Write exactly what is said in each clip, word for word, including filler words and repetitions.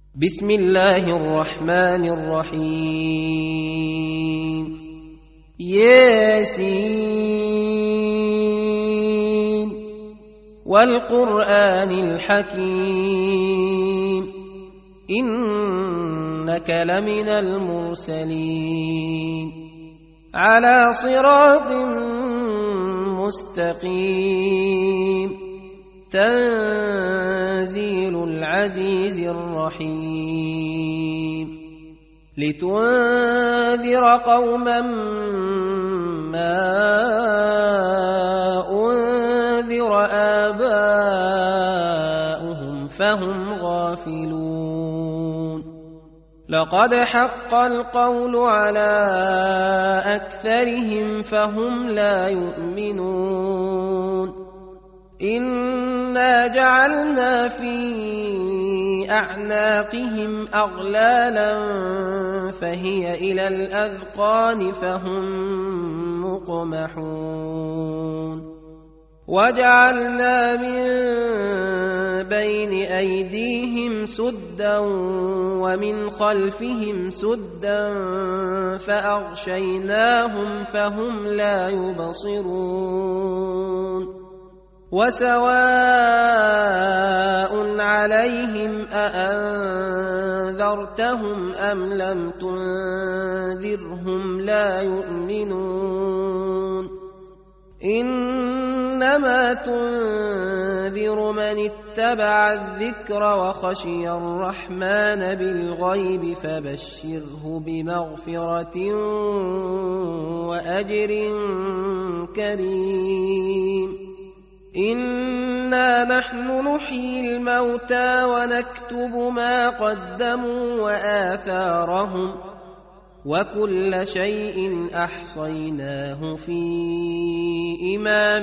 بسم الله الرحمن الرحيم ياسين والقرآن الحكيم إنك لمن المرسلين على صراط مستقيم تنزيل العزيز الرحيم لتنذر قوما ما أنذر آباؤهم فهم غافلون لقد حق القول على أكثرهم فهم لا يؤمنون إنا جعلنا في أعناقهم أغلالا فهي إلى الأذقان فهم مقمحون وجعلنا من بين أيديهم سدا ومن خلفهم سدا فأغشيناهم فهم لا يبصرون وسواء عليهم أأنذرتهم أم لم تنذرهم لا يؤمنون إنما تنذر من اتبع الذكر وخشي الرحمن بالغيب فبشره بمغفرة وأجر كريم إنا نحن نحيي الموتى ونكتب ما قدموا وآثارهم وكل شيء أحصيناه في إمام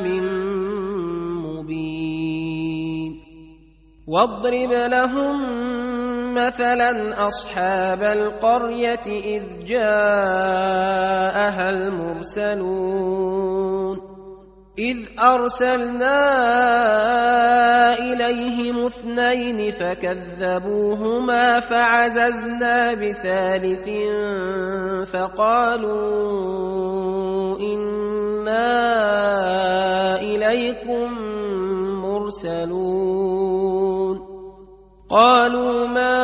مبين واضرب لهم مثلا أصحاب القرية إذ جاءها المرسلون إذ أرسلنا إليهم اثنين فكذبوهما فعززنا بثالث فقالوا إنا إليكم مرسلون قالوا ما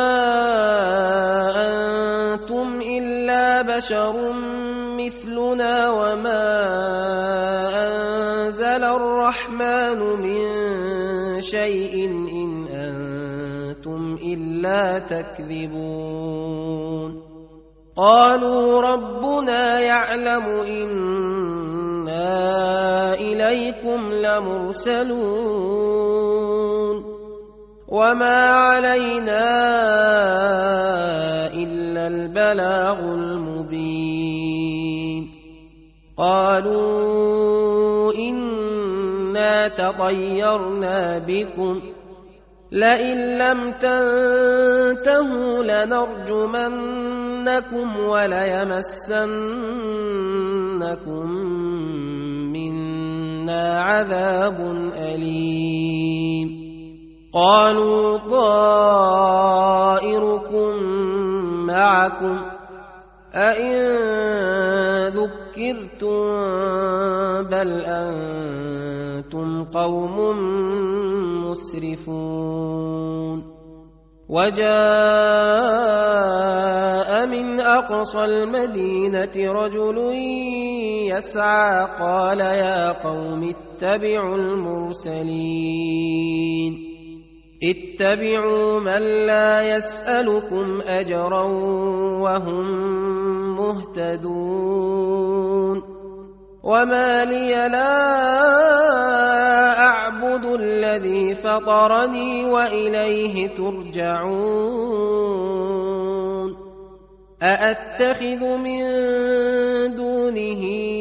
أنتم إلا بشر مثلنا وما أنزل الرحمن من شيء إن أنتم إلا تكذبون قالوا ربنا يعلم إنا إليكم لمرسلون وما علينا إلا البلاغ المبين قالوا إنا تطيرنا بكم لئن لم تنتهوا لنرجمنكم وليمسنكم منا عذاب أليم قالوا طائركم معكم أئن ذكرتم بل أنتم قوم مسرفون وجاء من أقصى المدينة رجل يسعى قال يا قوم اتبعوا المرسلين اتبعوا من لا يسألكم أجرا وهم مهتدون وما لي لا أعبد الذي فطرني وإليه ترجعون أأتخذ من دونه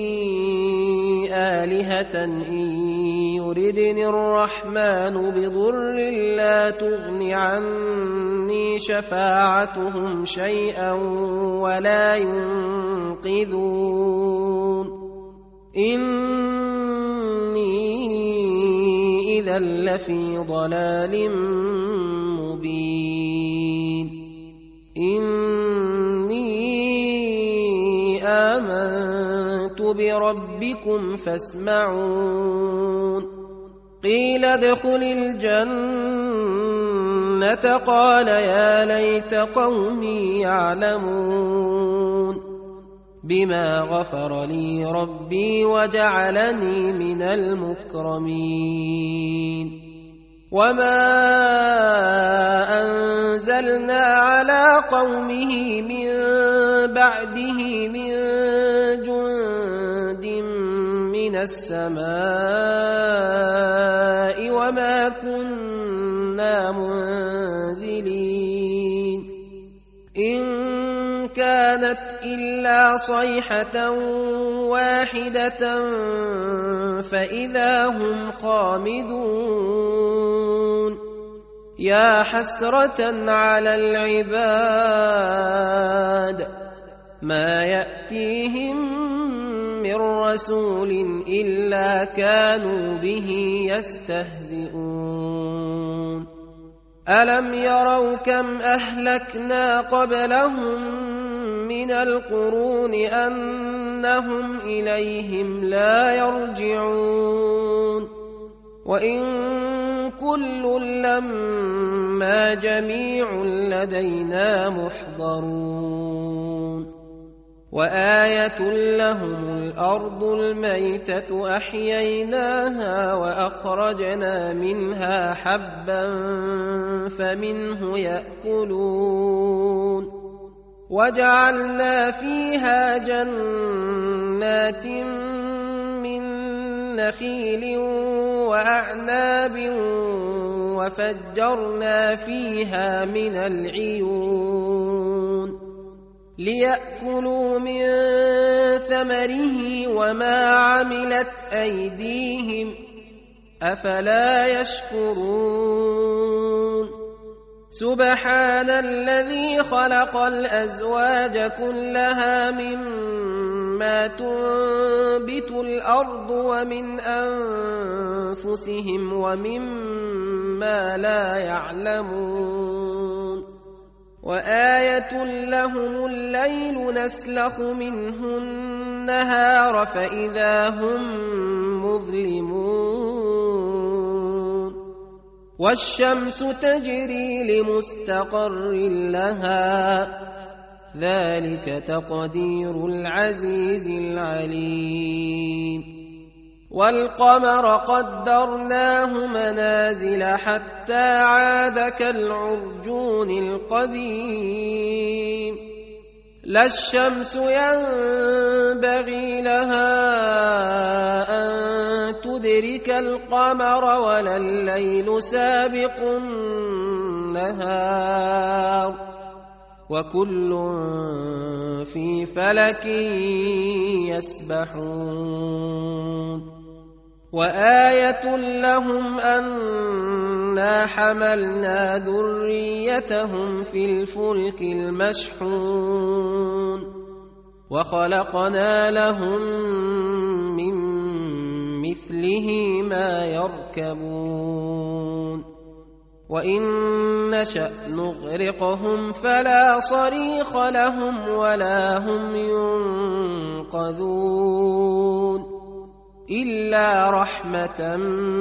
آلهة إن يردني الرحمن بضر لا تغن عني شفاعتهم شيئا ولا ينقذون إني إذا لفي ضلال مبين بربكم فاسمعون قيل ادخل الجنة قال يا ليت قومي يعلمون بما غفر لي ربي وجعلني من المكرمين وما أنزلنا على قومه من بعده من جند من السماء وما كنا منزلين إن كانت إلا صيحة واحدة فإذا هم خامدون يا حسرة على العباد ما يأتيهم من رسول إلا كانوا به يستهزئون ألم يروا كم أهلكنا قبلهم من القرون أنهم إليهم لا يرجعون وإن كل لما جميع لدينا محضرون وآية لهم الأرض الميتة أحييناها وأخرجنا منها حبا فمنه يأكلون وجعلنا فيها جنات من نخيل وأعناب وفجرنا فيها من العيون ليأكلوا من ثمره وما عملت أيديهم أفلا يشكرون سبحان الذي خلق الأزواج كلها مما تنبت الأرض ومن أنفسهم ومما لا يعلمون وآية لهم الليل نسلخ منه النهار فإذا هم مظلمون والشمس تجري لمستقر لها ذلك تقدير العزيز العليم والقمر قدرناه منازل حتى عاد كالعرجون القديم لا الشمس ينبغي لها أن تدرك القمر ولا الليل سابق النهار وكل في فلك يسبحون وآية لهم أنا حملنا ذريتهم في الفلك المشحون وخلقنا لهم من مثله ما يركبون وإن نشأ نغرقهم فلا صريخ لهم ولا هم ينقذون إلا رحمة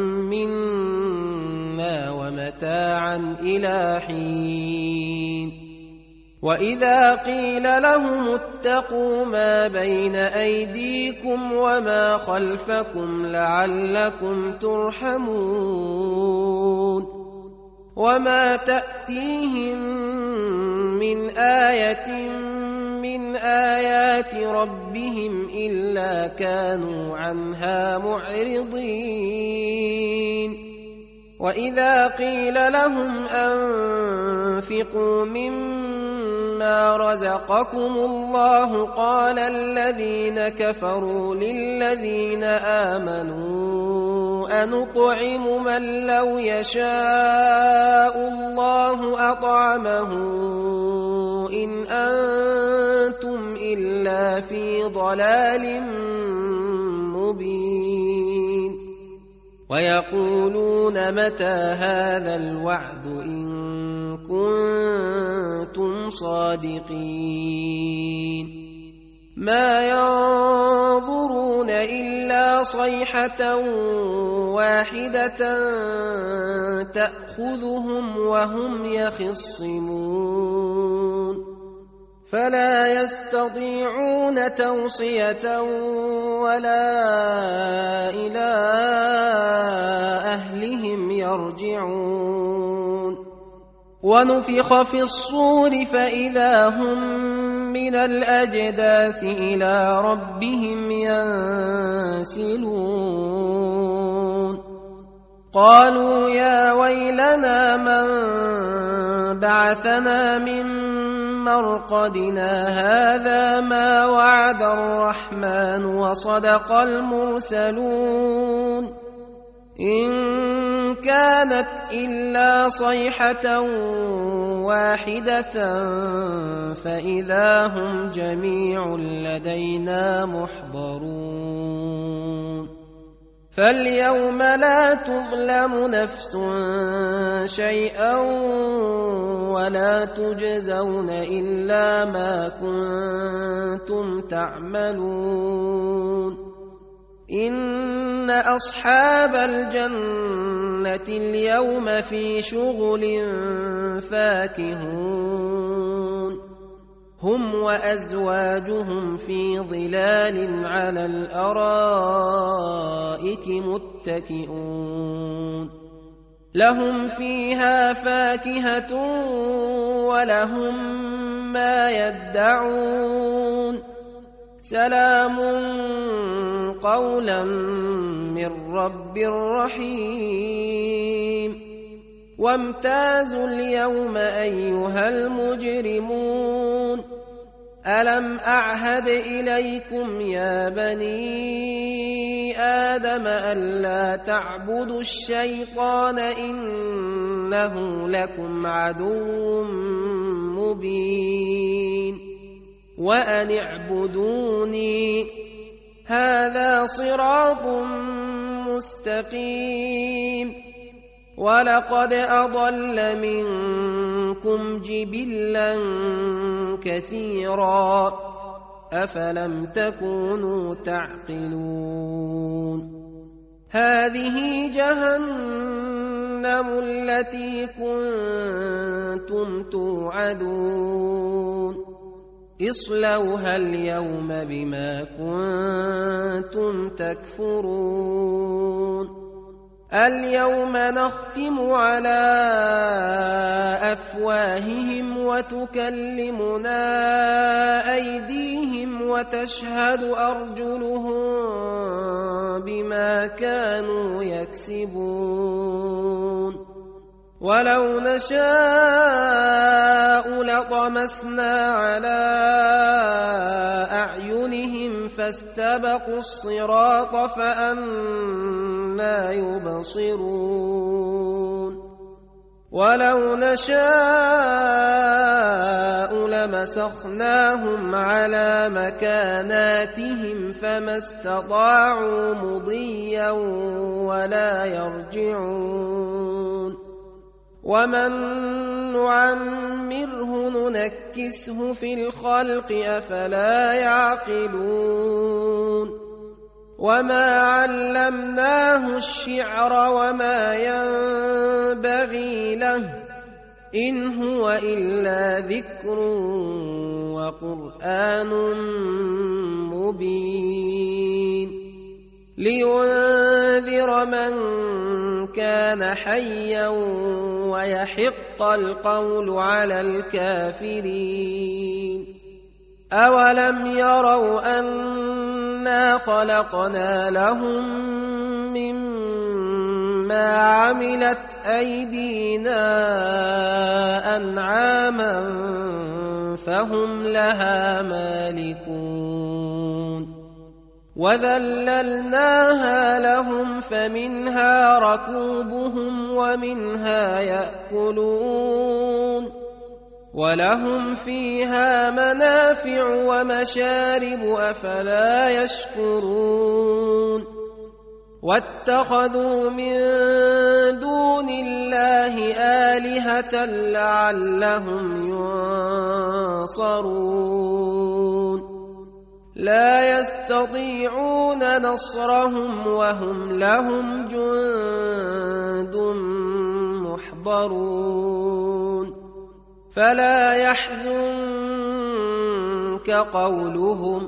منا ومتاعا إلى حين وإذا قيل لهم اتقوا ما بين أيديكم وما خلفكم لعلكم ترحمون وما تأتيهم من آية من آيات ربهم إلا كانوا عنها معرضين وإذا قيل لهم أنفقوا مما رزقكم الله قال الذين كفروا للذين آمنوا أنطعم من لو يشاء الله أطعمه إن أنتم إلا في ضلال مبين ويقولون متى هذا الوعد إن كنتم صادقين ما ينظرون يستطيعون إلا صيحة واحدة تأخذهم وهم يخصمون فلا يستطيعون توصية ولا إلى أهلهم يرجعون ونفخ في الصور فإذا هم من الأجداث إلى ربهم ينسلون قالوا يا ويلنا من بعثنا من مرقدنا هذا ما وعد الرحمن وصدق المرسلون إن كانت إلا صيحة واحدة فإذا هم جميع لدينا محضرون فاليوم لا تظلم نفس شيئا ولا تجزون إلا ما كنتم تعملون إن أصحاب الجنة اليوم في شغل فاكهون هم وأزواجهم في ظلال على الأرائك متكئون لهم فيها فاكهة ولهم ما يدعون سلام قولا من رب رحيم وامتازوا اليوم أيها المجرمون ألم أعهد إليكم يا بني آدم ألا تعبدوا الشيطان إنه لكم عدو مبين وأن اعبدوني هذا صراط مستقيم ولقد أضل منكم جبلا كثيرا أفلم تكونوا تعقلون هذه جهنم التي كنتم توعدون اصلوها اليوم بما كنتم تكفرون اليوم نختم على أفواههم وتكلمنا أيديهم وتشهد أرجلهم بما كانوا يكسبون ولو نشاء لطمسنا على أعينهم فاستبقوا الصراط فأنى يبصرون ولو نشاء لمسخناهم على مكاناتهم فما استطاعوا مضيا ولا يرجعون ومن نعمره ننكسه في الخلق أفلا يعقلون وما علمناه الشعر وما ينبغي له إن هو إلا ذكر وقرآن مبين لينذر من كان حيا ويحق القول على الكافرين أولم يروا أنا خلقنا لهم مما عملت أيدينا أنعاما فهم لها مالكون وذللناها لهم فمنها ركوبهم ومنها يأكلون ولهم فيها منافع ومشارب أفلا يشكرون واتخذوا من دون الله آلهة لعلهم ينصرون لا يستطيعون نصرهم وهم لهم جند محضرون فلا يحزنك قولهم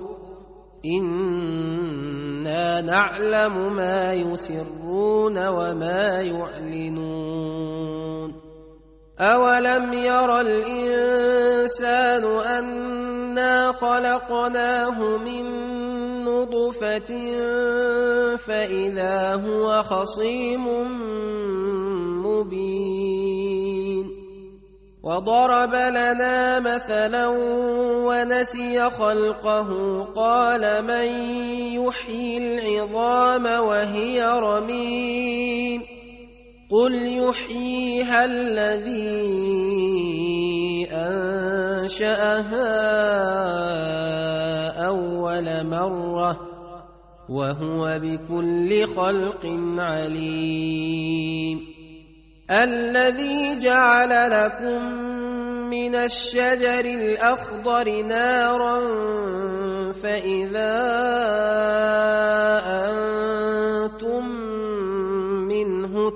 إنا نعلم ما يسرون وما يعلنون أولم ير الإنسان أنا خلقناه من نطفة فإذا هو خصيم مبين وضرب لنا مثلا ونسي خلقه قال من يحيي العظام وهي رميم قل يحييها الذي أنشأها أول مرة وهو بكل خلق عليم الذي جعل لكم من الشجر الأخضر نارا فإذا أنتم منه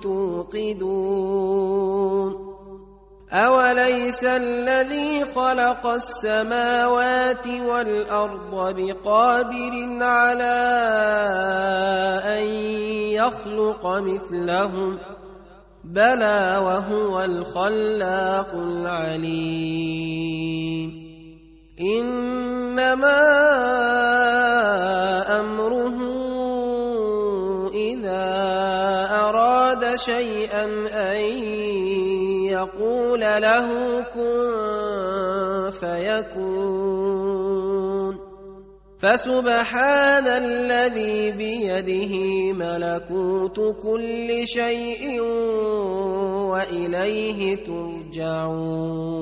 توقدون أوليس الذي خلق السماوات والأرض بقادر على أن يخلق مثلهم بلى وهو الخلاق العليم إنما أمره إذا أراد شيئا أن يقول له كن فيكون فسبحان الذي بيده ملكوت كل شيء وإليه ترجعون